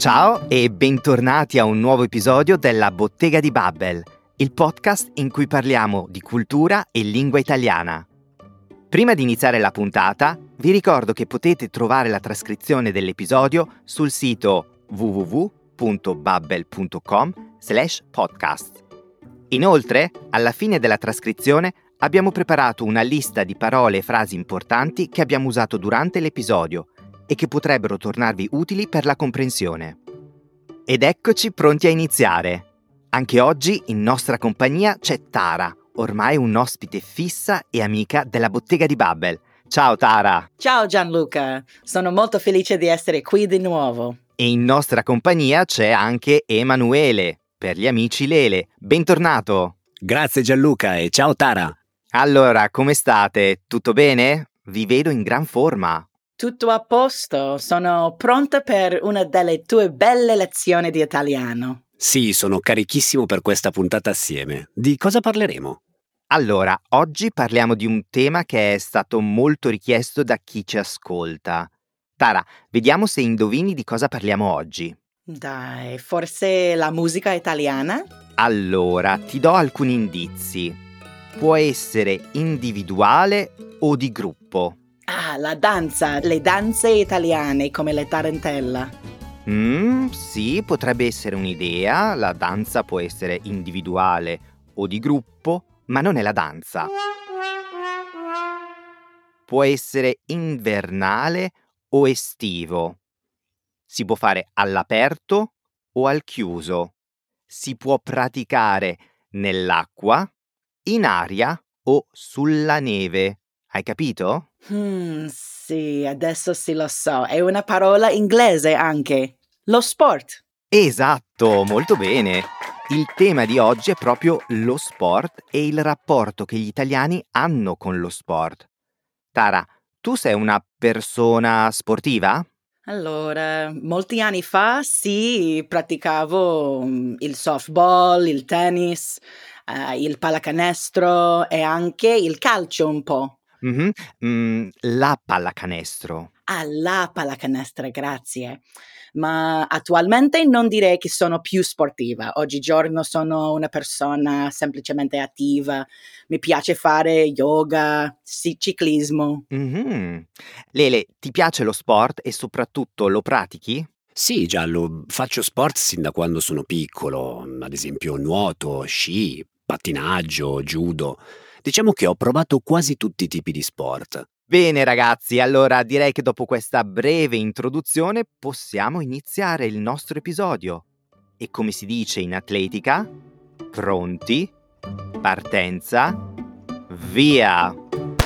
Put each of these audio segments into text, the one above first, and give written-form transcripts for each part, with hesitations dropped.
Ciao e bentornati a un nuovo episodio della Bottega di Babbel, il podcast in cui parliamo di cultura e lingua italiana. Prima di iniziare la puntata, vi ricordo che potete trovare la trascrizione dell'episodio sul sito www.babbel.com/podcast. Inoltre, alla fine della trascrizione abbiamo preparato una lista di parole e frasi importanti che abbiamo usato durante l'episodio e che potrebbero tornarvi utili per la comprensione. Ed eccoci pronti a iniziare. Anche oggi in nostra compagnia c'è Tara, ormai un ospite fissa e amica della Bottega di Babbel. Ciao Tara! Ciao Gianluca, sono molto felice di essere qui di nuovo. E in nostra compagnia c'è anche Emanuele, per gli amici Lele. Bentornato! Grazie Gianluca e ciao Tara! Allora, come state? Tutto bene? Vi vedo in gran forma. Tutto a posto, sono pronta per una delle tue belle lezioni di italiano. Sì, sono carichissimo per questa puntata assieme. Di cosa parleremo? Allora, oggi parliamo di un tema che è stato molto richiesto da chi ci ascolta. Tara, vediamo se indovini di cosa parliamo oggi. Dai, forse la musica italiana? Allora, ti do alcuni indizi. Può essere individuale o di gruppo. Ah, la danza, le danze italiane come le tarantella. Sì, potrebbe essere un'idea. La danza può essere individuale o di gruppo, ma non è la danza. Può essere invernale o estivo. Si può fare all'aperto o al chiuso. Si può praticare nell'acqua, in aria o sulla neve. Hai capito? Sì, adesso sì lo so, è una parola inglese anche. Lo sport. Esatto, molto bene. Il tema di oggi è proprio lo sport e il rapporto che gli italiani hanno con lo sport. Tara, tu sei una persona sportiva? Allora, molti anni fa sì, praticavo il softball, il tennis, il pallacanestro e anche il calcio un po'. La pallacanestro. Ah, la pallacanestro, grazie. Ma attualmente non direi che sono più sportiva. Oggigiorno sono una persona semplicemente attiva. Mi piace fare yoga, sì, ciclismo. Lele, ti piace lo sport e soprattutto lo pratichi? Sì, Giallo, faccio sport sin da quando sono piccolo, ad esempio nuoto, sci, pattinaggio, judo. Diciamo che ho provato quasi tutti i tipi di sport. Bene ragazzi, allora direi che dopo questa breve introduzione possiamo iniziare il nostro episodio. E come si dice in atletica, pronti, partenza, via!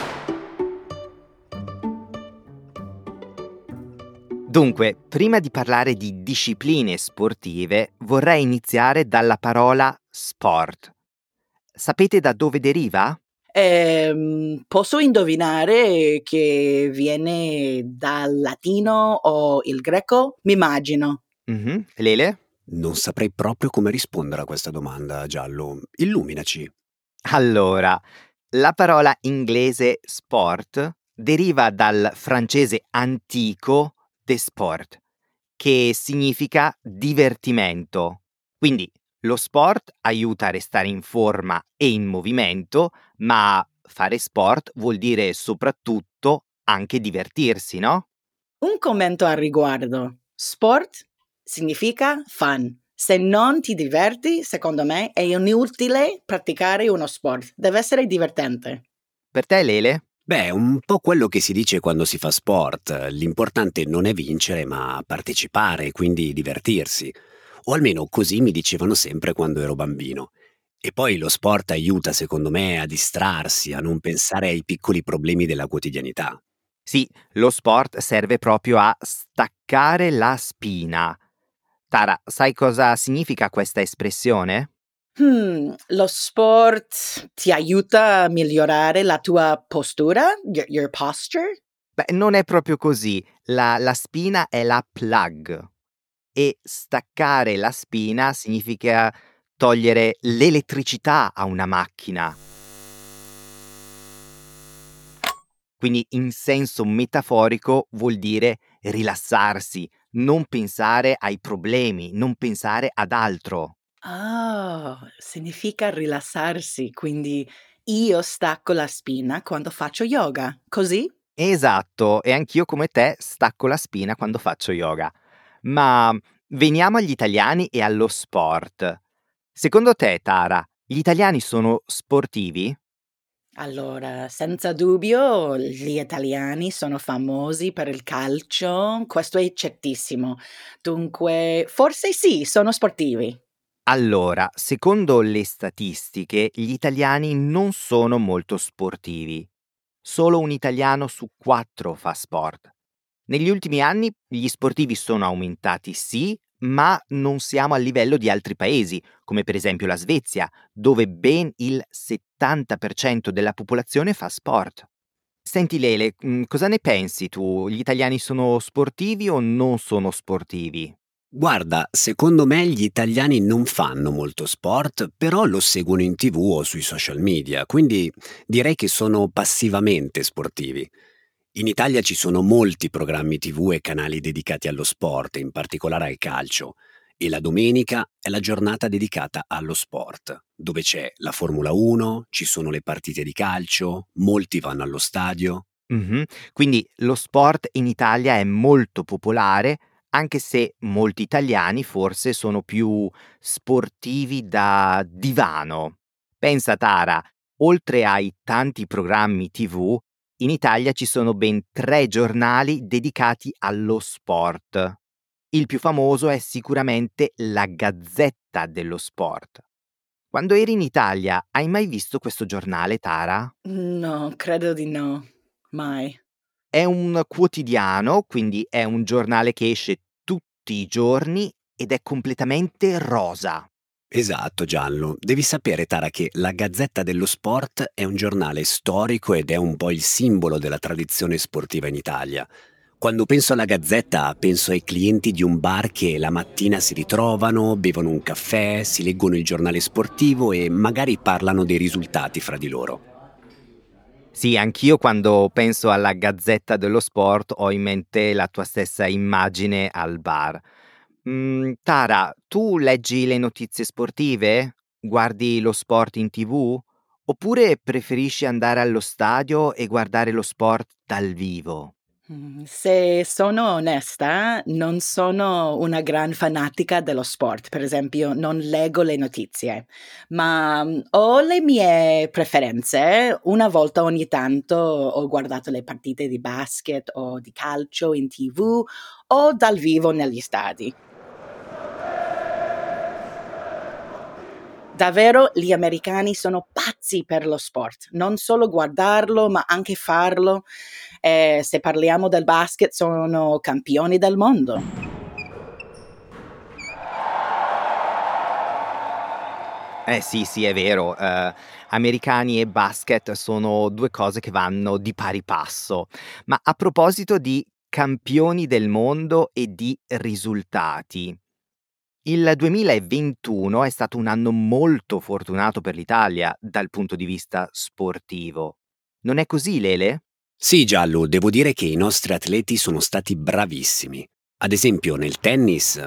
Dunque, prima di parlare di discipline sportive, vorrei iniziare dalla parola sport. Sapete da dove deriva? Posso indovinare che viene dal latino o il greco? Mi immagino. Lele? Non saprei proprio come rispondere a questa domanda, Giallo. Illuminaci. Allora, la parola inglese sport deriva dal francese antico de sport, che significa divertimento. Quindi lo sport aiuta a restare in forma e in movimento, ma fare sport vuol dire soprattutto anche divertirsi, no? Un commento al riguardo. Sport significa fun. Se non ti diverti, secondo me, è inutile praticare uno sport. Deve essere divertente. Per te, Lele? Beh, un po' quello che si dice quando si fa sport. L'importante non è vincere, ma partecipare, quindi divertirsi. O almeno così mi dicevano sempre quando ero bambino. E poi lo sport aiuta, secondo me, a distrarsi, a non pensare ai piccoli problemi della quotidianità. Sì, lo sport serve proprio a staccare la spina. Tara, sai cosa significa questa espressione? Lo sport ti aiuta a migliorare la tua postura? Your posture? Beh, non è proprio così. La spina è la plug e staccare la spina significa togliere l'elettricità a una macchina. Quindi in senso metaforico vuol dire rilassarsi, non pensare ai problemi, non pensare ad altro. Ah, significa rilassarsi, quindi io stacco la spina quando faccio yoga, così? Esatto, e anch'io come te stacco la spina quando faccio yoga. Ma veniamo agli italiani e allo sport. Secondo te, Tara, gli italiani sono sportivi? Allora, senza dubbio gli italiani sono famosi per il calcio, questo è certissimo. Dunque, forse sì, sono sportivi. Allora, secondo le statistiche, gli italiani non sono molto sportivi. Solo un italiano su 4 fa sport. Negli ultimi anni gli sportivi sono aumentati, sì, ma non siamo a livello di altri paesi, come per esempio la Svezia, dove ben il 70% della popolazione fa sport. Senti Lele, cosa ne pensi tu? Gli italiani sono sportivi o non sono sportivi? Guarda, secondo me gli italiani non fanno molto sport, però lo seguono in TV o sui social media, quindi direi che sono passivamente sportivi. In Italia ci sono molti programmi TV e canali dedicati allo sport, in particolare al calcio, e la domenica è la giornata dedicata allo sport, dove c'è la Formula 1, ci sono le partite di calcio, molti vanno allo stadio. Mh-mh. Quindi lo sport in Italia è molto popolare, anche se molti italiani forse sono più sportivi da divano. Pensa Tara, oltre ai tanti programmi TV, in Italia ci sono ben 3 giornali dedicati allo sport. Il più famoso è sicuramente la Gazzetta dello Sport. Quando eri in Italia, hai mai visto questo giornale, Tara? No, credo di no. Mai. È un quotidiano, quindi è un giornale che esce tutti i giorni ed è completamente rosa. Esatto, Giallo. Devi sapere, Tara, che la Gazzetta dello Sport è un giornale storico ed è un po' il simbolo della tradizione sportiva in Italia. Quando penso alla Gazzetta, penso ai clienti di un bar che la mattina si ritrovano, bevono un caffè, si leggono il giornale sportivo e magari parlano dei risultati fra di loro. Sì, anch'io quando penso alla Gazzetta dello Sport ho in mente la tua stessa immagine al bar. Tara, tu leggi le notizie sportive? Guardi lo sport in TV? Oppure preferisci andare allo stadio e guardare lo sport dal vivo? Se sono onesta, non sono una gran fanatica dello sport, per esempio non leggo le notizie, ma, ho le mie preferenze. Una volta ogni tanto ho guardato le partite di basket o di calcio in TV o dal vivo negli stadi. Davvero gli americani sono pazzi per lo sport, non solo guardarlo, ma anche farlo. Se parliamo del basket, sono campioni del mondo. Eh sì, sì, è vero. Americani e basket sono 2 cose che vanno di pari passo. Ma a proposito di campioni del mondo e di risultati, il 2021 è stato un anno molto fortunato per l'Italia dal punto di vista sportivo. Non è così, Lele? Sì, Giallo, devo dire che i nostri atleti sono stati bravissimi. Ad esempio, nel tennis,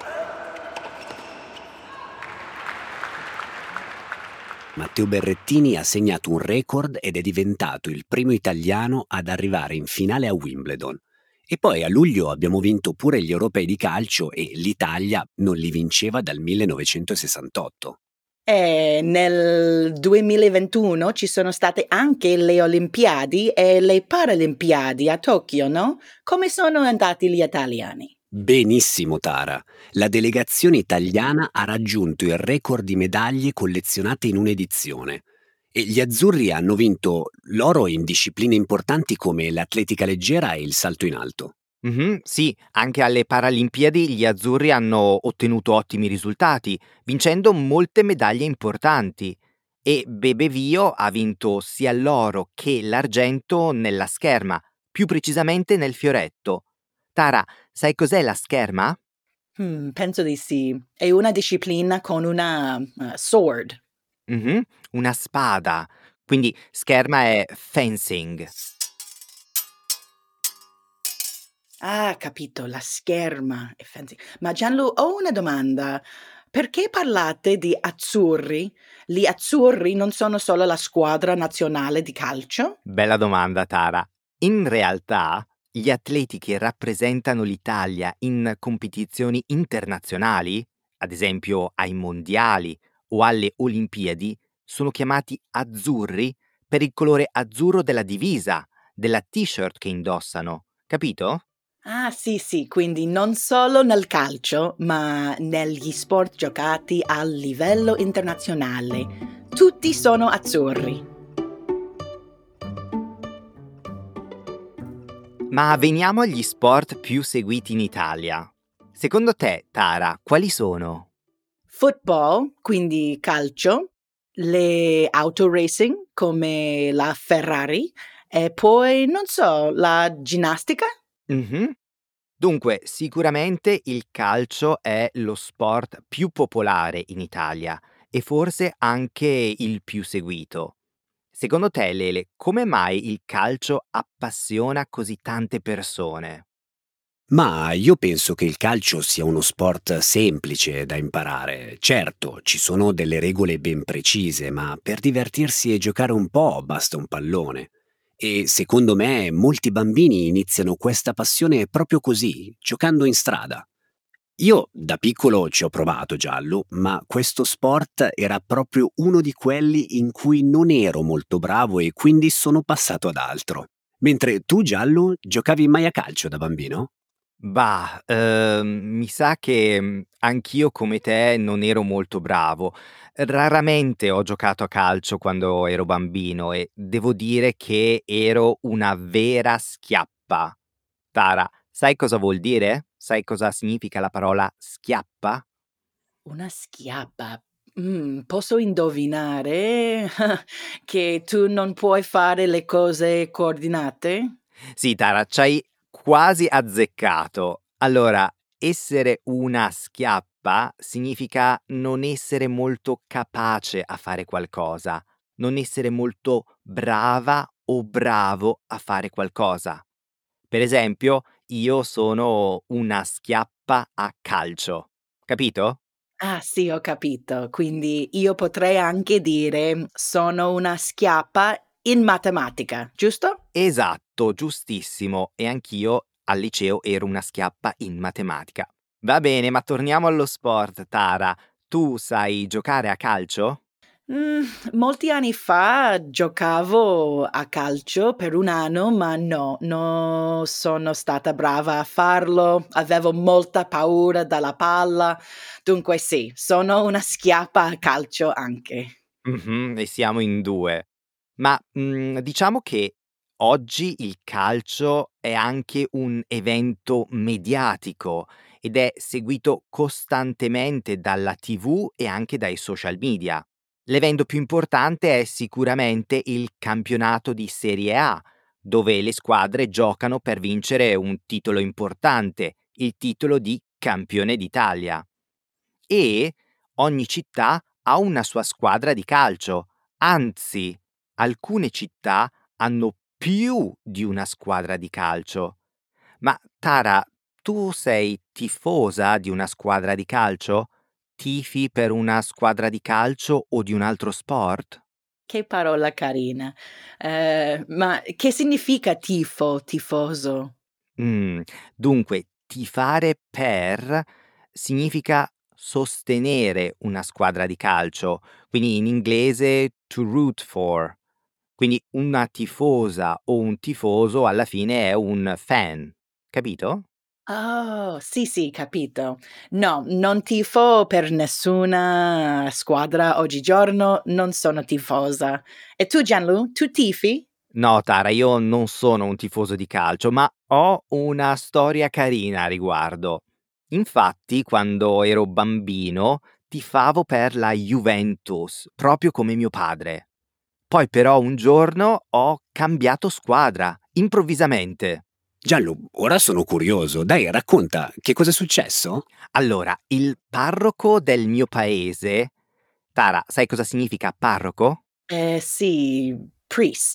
Matteo Berrettini ha segnato un record ed è diventato il primo italiano ad arrivare in finale a Wimbledon. E poi a luglio abbiamo vinto pure gli europei di calcio e l'Italia non li vinceva dal 1968. E nel 2021 ci sono state anche le Olimpiadi e le Paralimpiadi a Tokyo, no? Come sono andati gli italiani? Benissimo, Tara. La delegazione italiana ha raggiunto il record di medaglie collezionate in un'edizione. E gli azzurri hanno vinto l'oro in discipline importanti come l'atletica leggera e il salto in alto. Sì, anche alle Paralimpiadi gli azzurri hanno ottenuto ottimi risultati, vincendo molte medaglie importanti. E Bebe Vio ha vinto sia l'oro che l'argento nella scherma, più precisamente nel fioretto. Tara, sai cos'è la scherma? Penso di sì. È una disciplina con una, sword. Mhm, una spada. Quindi scherma è fencing. Ah, capito, la scherma è fancy. Ma Gianlu, ho una domanda. Perché parlate di azzurri? Gli azzurri non sono solo la squadra nazionale di calcio? Bella domanda, Tara. In realtà, gli atleti che rappresentano l'Italia in competizioni internazionali, ad esempio ai mondiali o alle Olimpiadi, sono chiamati azzurri per il colore azzurro della divisa, della t-shirt che indossano. Capito? Ah, sì, sì, quindi non solo nel calcio, ma negli sport giocati a livello internazionale. Tutti sono azzurri. Ma veniamo agli sport più seguiti in Italia. Secondo te, Tara, quali sono? Football, quindi calcio, le auto racing come la Ferrari e poi, non so, la ginnastica? Mhm. Dunque, sicuramente il calcio è lo sport più popolare in Italia e forse anche il più seguito. Secondo te, Lele, come mai il calcio appassiona così tante persone? Ma io penso che il calcio sia uno sport semplice da imparare. Certo, ci sono delle regole ben precise, ma per divertirsi e giocare un po' basta un pallone. E secondo me molti bambini iniziano questa passione proprio così, giocando in strada. Io da piccolo ci ho provato giallo, ma questo sport era proprio uno di quelli in cui non ero molto bravo e quindi sono passato ad altro. Mentre tu giallo giocavi mai a calcio da bambino? Bah, mi sa che anch'io come te non ero molto bravo. Raramente ho giocato a calcio quando ero bambino e devo dire che ero una vera schiappa. Tara, sai cosa vuol dire? Sai cosa significa la parola schiappa? Una schiappa. Posso indovinare che tu non puoi fare le cose coordinate? Sì, Tara, c'hai quasi azzeccato. Allora, essere una schiappa significa non essere molto capace a fare qualcosa, non essere molto brava o bravo a fare qualcosa. Per esempio, io sono una schiappa a calcio, capito? Ah, sì, ho capito. Quindi io potrei anche dire sono una schiappa in matematica, giusto? Esatto, giustissimo. E anch'io al liceo ero una schiappa in matematica. Va bene, ma torniamo allo sport, Tara. Tu sai giocare a calcio? Mhmm, Molti anni fa giocavo a calcio per 1 anno, ma no, non sono stata brava a farlo, avevo molta paura dalla palla, dunque sì, sono una schiappa a calcio anche. E siamo in 2. Ma, diciamo che oggi il calcio è anche un evento mediatico ed è seguito costantemente dalla TV e anche dai social media. L'evento più importante è sicuramente il campionato di Serie A, dove le squadre giocano per vincere un titolo importante, il titolo di campione d'Italia. E ogni città ha una sua squadra di calcio, anzi, alcune città hanno più di una squadra di calcio. Ma Tara, tu sei tifosa di una squadra di calcio? Tifi per una squadra di calcio o di un altro sport? Che parola carina. Ma che significa tifo, tifoso? Mh, dunque tifare per significa sostenere una squadra di calcio, quindi in inglese to root for. Quindi una tifosa o un tifoso alla fine è un fan, capito? Oh, sì, sì, capito. No, non tifo per nessuna squadra oggigiorno, non sono tifosa. E tu Gianlu, tu tifi? No, Tara, io non sono un tifoso di calcio, ma ho una storia carina a riguardo. Infatti, quando ero bambino, tifavo per la Juventus, proprio come mio padre. Poi però un giorno ho cambiato squadra, improvvisamente. Giallo, ora sono curioso. Dai, racconta, che cosa è successo? Allora, il parroco del mio paese... Tara, sai cosa significa parroco? Sì, priest.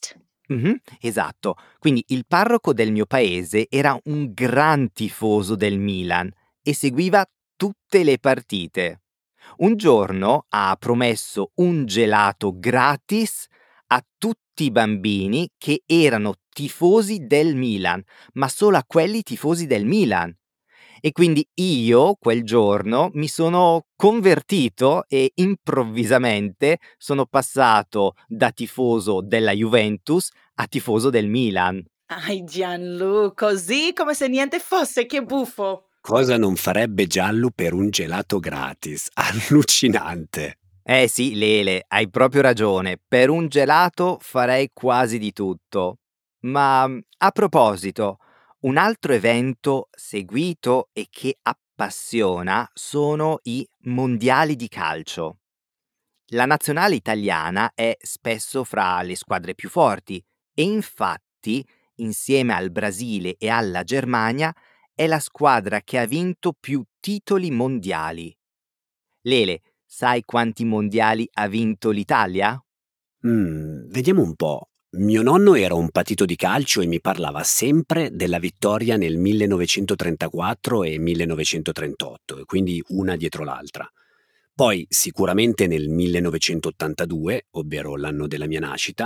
Esatto. Quindi il parroco del mio paese era un gran tifoso del Milan e seguiva tutte le partite. Un giorno ha promesso un gelato gratis a tutti i bambini che erano tifosi del Milan, ma solo a quelli tifosi del Milan. E quindi io quel giorno mi sono convertito e improvvisamente sono passato da tifoso della Juventus a tifoso del Milan. Gianlu, così come se niente fosse, che buffo! Cosa non farebbe Giallo per un gelato gratis? Allucinante! Eh sì, Lele, hai proprio ragione. Per un gelato farei quasi di tutto. Ma a proposito, un altro evento seguito e che appassiona sono i mondiali di calcio. La nazionale italiana è spesso fra le squadre più forti e infatti, insieme al Brasile e alla Germania, è la squadra che ha vinto più titoli mondiali. Lele, sai quanti mondiali ha vinto l'Italia? Vediamo un po'. Mio nonno era un patito di calcio e mi parlava sempre della vittoria nel 1934 e 1938, e quindi una dietro l'altra. Poi sicuramente nel 1982, ovvero l'anno della mia nascita,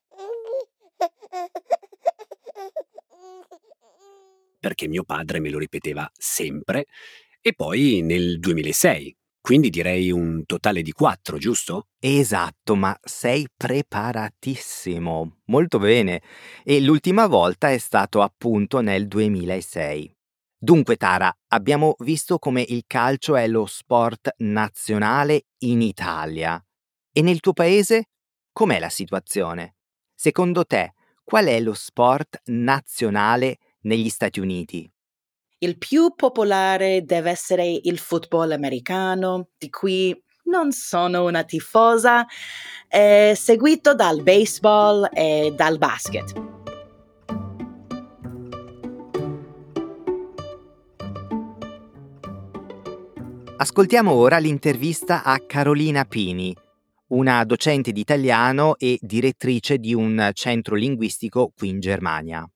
perché mio padre me lo ripeteva sempre, e poi nel 2006. Quindi direi un totale di 4, giusto? Esatto, ma sei preparatissimo. Molto bene. E l'ultima volta è stato appunto nel 2006. Dunque, Tara, abbiamo visto come il calcio è lo sport nazionale in Italia. E nel tuo paese com'è la situazione? Secondo te, qual è lo sport nazionale negli Stati Uniti? Il più popolare deve essere il football americano, di cui non sono una tifosa, seguito dal baseball e dal basket. Ascoltiamo ora l'intervista a Carolina Pini, una docente di italiano e direttrice di un centro linguistico qui in Germania.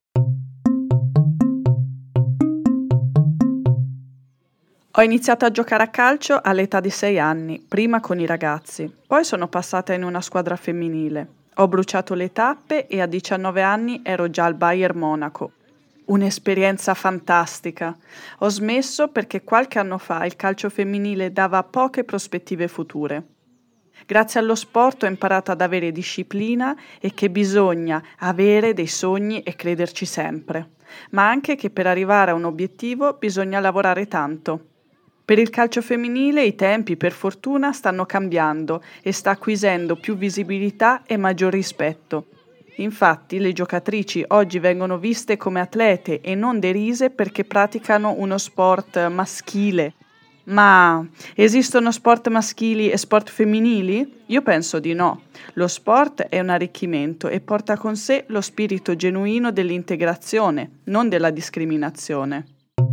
Ho iniziato a giocare a calcio all'età di 6 anni, prima con i ragazzi, poi sono passata in una squadra femminile. Ho bruciato le tappe e a 19 anni ero già al Bayern Monaco. Un'esperienza fantastica. Ho smesso perché qualche anno fa il calcio femminile dava poche prospettive future. Grazie allo sport ho imparato ad avere disciplina e che bisogna avere dei sogni e crederci sempre, ma anche che per arrivare a un obiettivo bisogna lavorare tanto. Per il calcio femminile i tempi, per fortuna, stanno cambiando e sta acquisendo più visibilità e maggior rispetto. Infatti, le giocatrici oggi vengono viste come atlete e non derise perché praticano uno sport maschile. Ma esistono sport maschili e sport femminili? Io penso di no. Lo sport è un arricchimento e porta con sé lo spirito genuino dell'integrazione, non della discriminazione.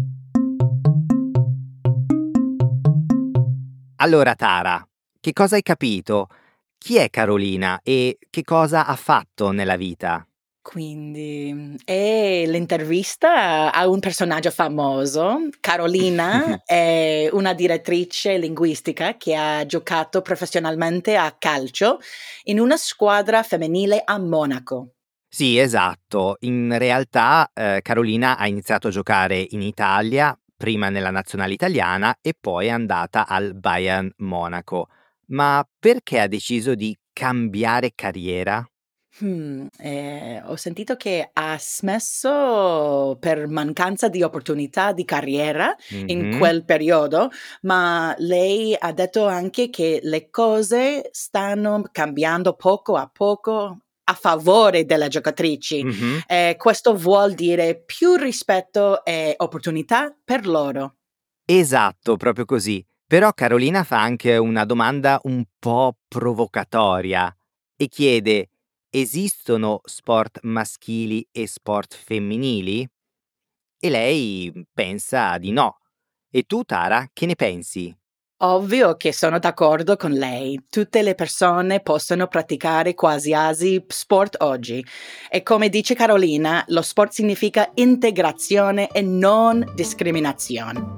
Allora, Tara, che cosa hai capito? Chi è Carolina e che cosa ha fatto nella vita? Quindi è l'intervista a un personaggio famoso. Carolina è una direttrice linguistica che ha giocato professionalmente a calcio in una squadra femminile a Monaco. Sì, esatto. In realtà Carolina ha iniziato a giocare in Italia, prima nella nazionale italiana e poi è andata al Bayern Monaco. Ma perché ha deciso di cambiare carriera? Ho sentito che ha smesso per mancanza di opportunità di carriera in Mhm. quel periodo, ma lei ha detto anche che le cose stanno cambiando poco a poco a favore delle giocatrici. Mhm. Questo vuol dire più rispetto e opportunità per loro. Esatto, proprio così. Però Carolina fa anche una domanda un po' provocatoria e chiede: esistono sport maschili e sport femminili? E lei pensa di no. E tu, Tara, che ne pensi? Ovvio che sono d'accordo con lei. Tutte le persone possono praticare qualsiasi sport oggi. E come dice Carolina, lo sport significa integrazione e non discriminazione.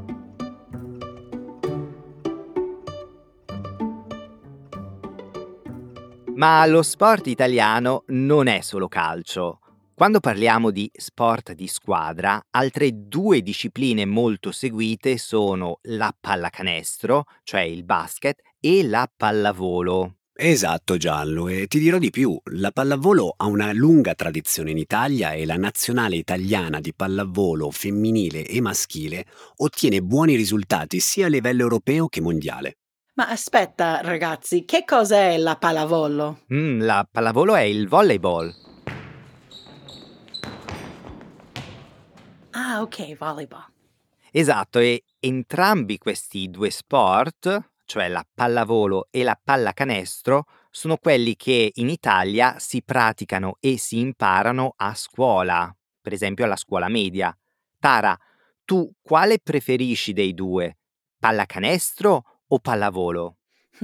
Ma lo sport italiano non è solo calcio. Quando parliamo di sport di squadra, altre due discipline molto seguite sono la pallacanestro, cioè il basket, e la pallavolo. Esatto Giallo, e ti dirò di più, la pallavolo ha una lunga tradizione in Italia e la nazionale italiana di pallavolo femminile e maschile ottiene buoni risultati sia a livello europeo che mondiale. Ma aspetta, ragazzi, che cos'è la pallavolo? La pallavolo è il volleyball. Ah, ok, volleyball. Esatto, e entrambi questi due sport, cioè la pallavolo e la pallacanestro, sono quelli che in Italia si praticano e si imparano a scuola, per esempio alla scuola media. Tara, tu quale preferisci dei due? Pallacanestro o pallavolo?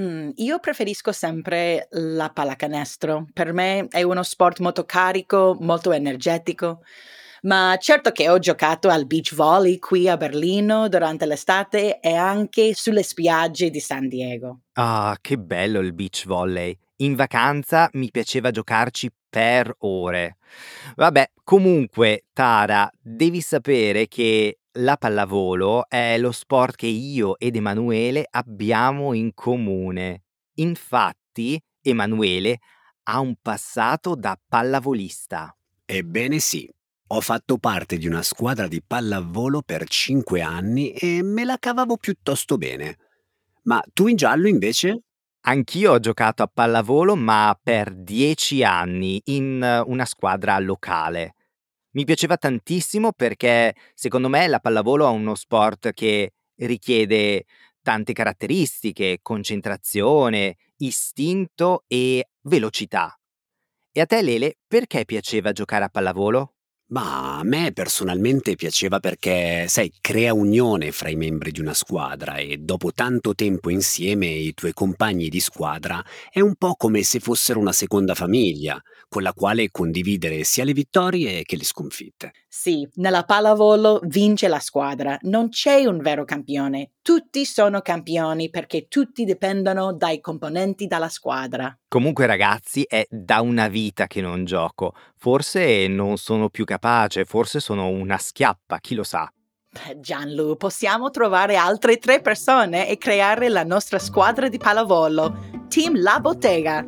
Io preferisco sempre la pallacanestro. Per me è uno sport molto carico, molto energetico. Ma certo che ho giocato al beach volley qui a Berlino durante l'estate e anche sulle spiagge di San Diego. Ah, che bello il beach volley. In vacanza mi piaceva giocarci per ore. Vabbè, comunque, Tara, devi sapere che la pallavolo è lo sport che io ed Emanuele abbiamo in comune. Infatti, Emanuele ha un passato da pallavolista. Ebbene sì, ho fatto parte di una squadra di pallavolo per 5 anni e me la cavavo piuttosto bene. Ma tu in giallo invece? Anch'io ho giocato a pallavolo, ma per 10 anni in una squadra locale. Mi piaceva tantissimo perché secondo me la pallavolo è uno sport che richiede tante caratteristiche, concentrazione, istinto e velocità. E a te, Lele, perché piaceva giocare a pallavolo? Ma a me personalmente piaceva perché, sai, crea unione fra i membri di una squadra e dopo tanto tempo insieme i tuoi compagni di squadra è un po' come se fossero una seconda famiglia, con la quale condividere sia le vittorie che le sconfitte. Sì, nella pallavolo vince la squadra, non c'è un vero campione. Tutti sono campioni perché tutti dipendono dai componenti della squadra. Comunque, ragazzi, è da una vita che non gioco. Forse non sono più capace, forse sono una schiappa, chi lo sa. Gianlu, possiamo trovare altre 3 persone e creare la nostra squadra di pallavolo. Team La Bottega.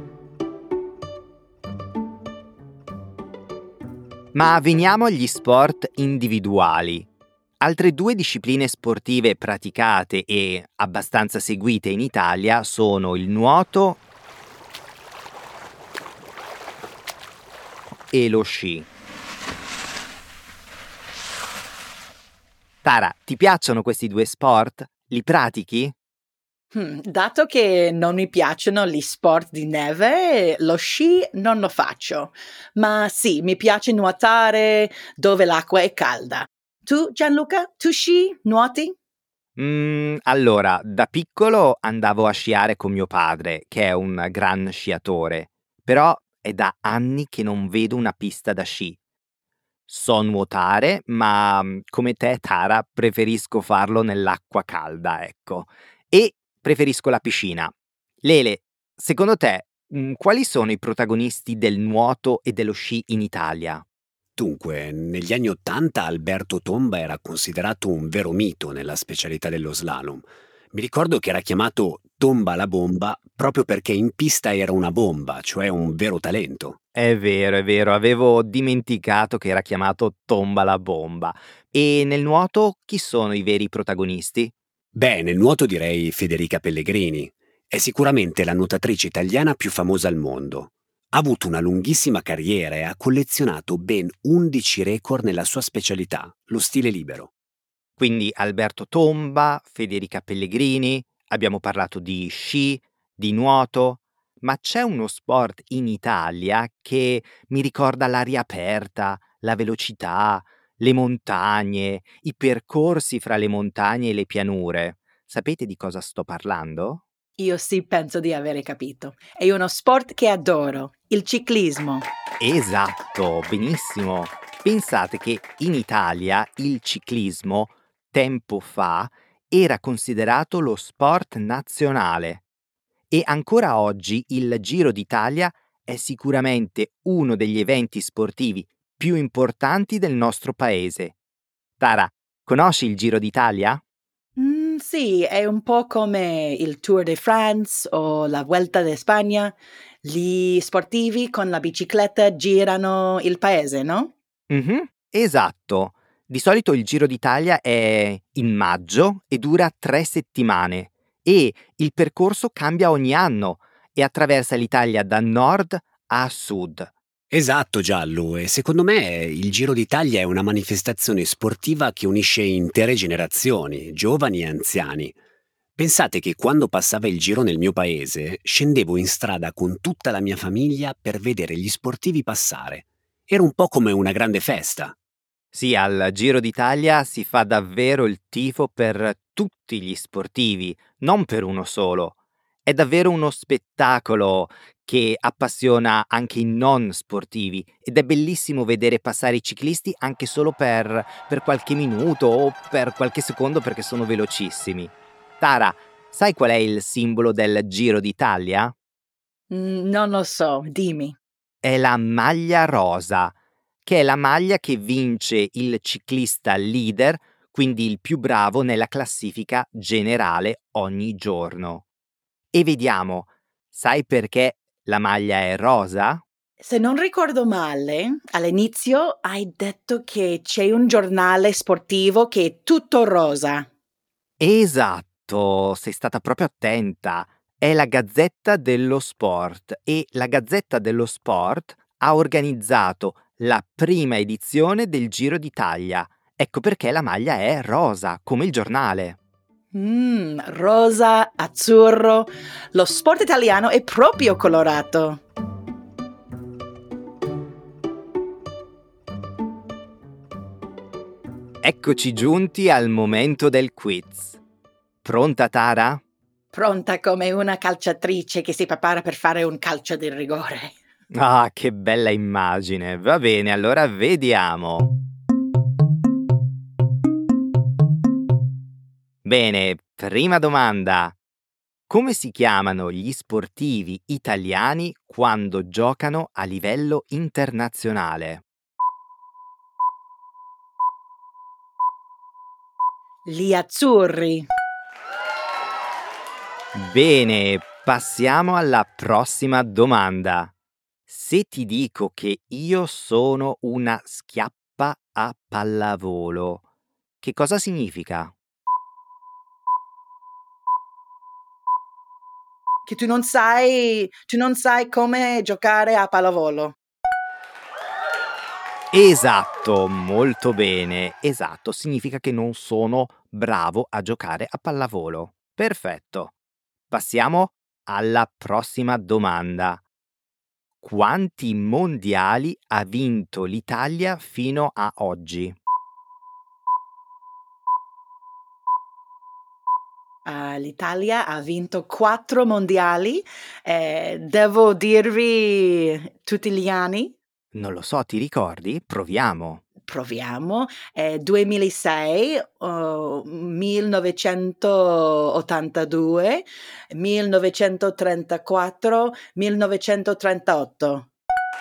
Ma veniamo agli sport individuali. Altre due discipline sportive praticate e abbastanza seguite in Italia sono il nuoto e lo sci. Tara, ti piacciono questi due sport? Li pratichi? Dato che non mi piacciono gli sport di neve, lo sci non lo faccio. Ma sì, mi piace nuotare dove l'acqua è calda. Tu, Gianluca, tu sci? Nuoti? Allora, da piccolo andavo a sciare con mio padre, che è un gran sciatore, però è da anni che non vedo una pista da sci. So nuotare, ma come te, Tara, preferisco farlo nell'acqua calda, ecco. E preferisco la piscina. Lele, secondo te, quali sono i protagonisti del nuoto e dello sci in Italia? Dunque, negli anni '80 Alberto Tomba era considerato un vero mito nella specialità dello slalom. Mi ricordo che era chiamato Tomba la bomba proprio perché in pista era una bomba, cioè un vero talento. È vero, avevo dimenticato che era chiamato Tomba la bomba. E nel nuoto chi sono i veri protagonisti? Beh, nel nuoto direi Federica Pellegrini. È sicuramente la nuotatrice italiana più famosa al mondo. Ha avuto una lunghissima carriera e ha collezionato ben 11 record nella sua specialità, lo stile libero. Quindi Alberto Tomba, Federica Pellegrini, abbiamo parlato di sci, di nuoto, ma c'è uno sport in Italia che mi ricorda l'aria aperta, la velocità, le montagne, i percorsi fra le montagne e le pianure. Sapete di cosa sto parlando? Io sì, penso di avere capito. È uno sport che adoro, il ciclismo. Esatto, benissimo. Pensate che in Italia il ciclismo, tempo fa, era considerato lo sport nazionale e ancora oggi il Giro d'Italia è sicuramente uno degli eventi sportivi più importanti del nostro paese. Tara, conosci il Giro d'Italia? Sì, è un po' come il Tour de France o la Vuelta de Spagna. Gli sportivi con la bicicletta girano il paese, no? Esatto. Di solito il Giro d'Italia è in maggio e dura 3 settimane e il percorso cambia ogni anno e attraversa l'Italia da nord a sud. Esatto, Giallo, e secondo me il Giro d'Italia è una manifestazione sportiva che unisce intere generazioni, giovani e anziani. Pensate che quando passava il Giro nel mio paese, scendevo in strada con tutta la mia famiglia per vedere gli sportivi passare. Era un po' come una grande festa. Sì, al Giro d'Italia si fa davvero il tifo per tutti gli sportivi, non per uno solo. È davvero uno spettacolo che appassiona anche i non sportivi ed è bellissimo vedere passare i ciclisti anche solo per qualche minuto o per qualche secondo perché sono velocissimi. Tara, sai qual è il simbolo del Giro d'Italia? Non lo so, dimmi. È la maglia rosa, che è la maglia che vince il ciclista leader, quindi il più bravo nella classifica generale ogni giorno. E vediamo, sai perché la maglia è rosa? Se non ricordo male, all'inizio hai detto che c'è un giornale sportivo che è tutto rosa. Esatto, sei stata proprio attenta. È la Gazzetta dello Sport e la Gazzetta dello Sport ha organizzato la prima edizione del Giro d'Italia. Ecco perché la maglia è rosa, come il giornale. Rosa, azzurro. Lo sport italiano è proprio colorato. Eccoci giunti al momento del quiz. Pronta, Tara? Pronta come una calciatrice che si prepara per fare un calcio di rigore. Ah, che bella immagine. Va bene, allora vediamo. Bene, prima domanda. Come si chiamano gli sportivi italiani quando giocano a livello internazionale? Gli azzurri. Bene, passiamo alla prossima domanda. Se ti dico che io sono una schiappa a pallavolo, che cosa significa? Che tu non sai come giocare a pallavolo. Esatto, molto bene. Esatto, significa che non sono bravo a giocare a pallavolo. Perfetto. Passiamo alla prossima domanda. Quanti mondiali ha vinto l'Italia fino a oggi? L'Italia ha vinto 4 mondiali. Devo dirvi tutti gli anni? Non lo so, ti ricordi? Proviamo. Proviamo. 2006, 1982, 1934, 1938.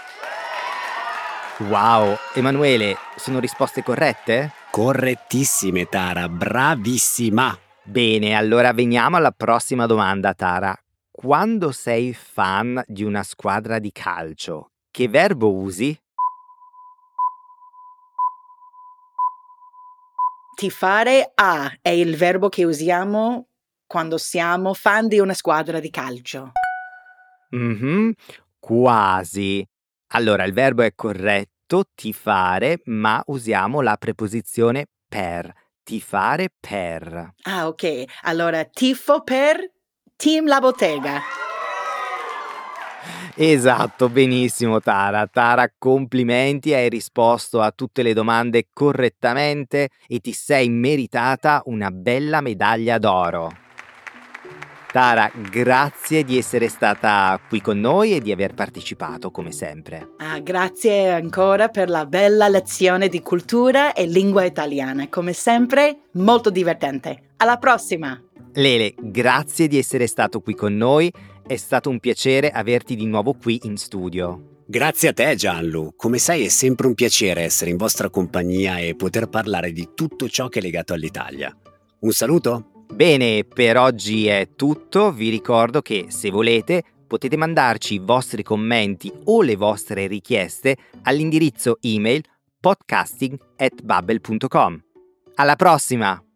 Wow, Emanuele, sono risposte corrette? Correttissime, Tara, bravissima! Bene, allora veniamo alla prossima domanda, Tara. Quando sei fan di una squadra di calcio, che verbo usi? Tifare è il verbo che usiamo quando siamo fan di una squadra di calcio. Mhm, quasi. Allora, il verbo è corretto, tifare, ma usiamo la preposizione per. Tifare per. Ok. Allora tifo per Team La Bottega. Esatto, benissimo Tara. Tara, complimenti, hai risposto a tutte le domande correttamente e ti sei meritata una bella medaglia d'oro. Tara, grazie di essere stata qui con noi e di aver partecipato come sempre. Grazie ancora per la bella lezione di cultura e lingua italiana. Come sempre, molto divertente. Alla prossima! Lele, grazie di essere stato qui con noi. È stato un piacere averti di nuovo qui in studio. Grazie a te Gianlu, come sai è sempre un piacere essere in vostra compagnia e poter parlare di tutto ciò che è legato all'Italia. Un saluto? Bene, per oggi è tutto. Vi ricordo che se volete potete mandarci i vostri commenti o le vostre richieste all'indirizzo email podcasting@babbel.com. Alla prossima!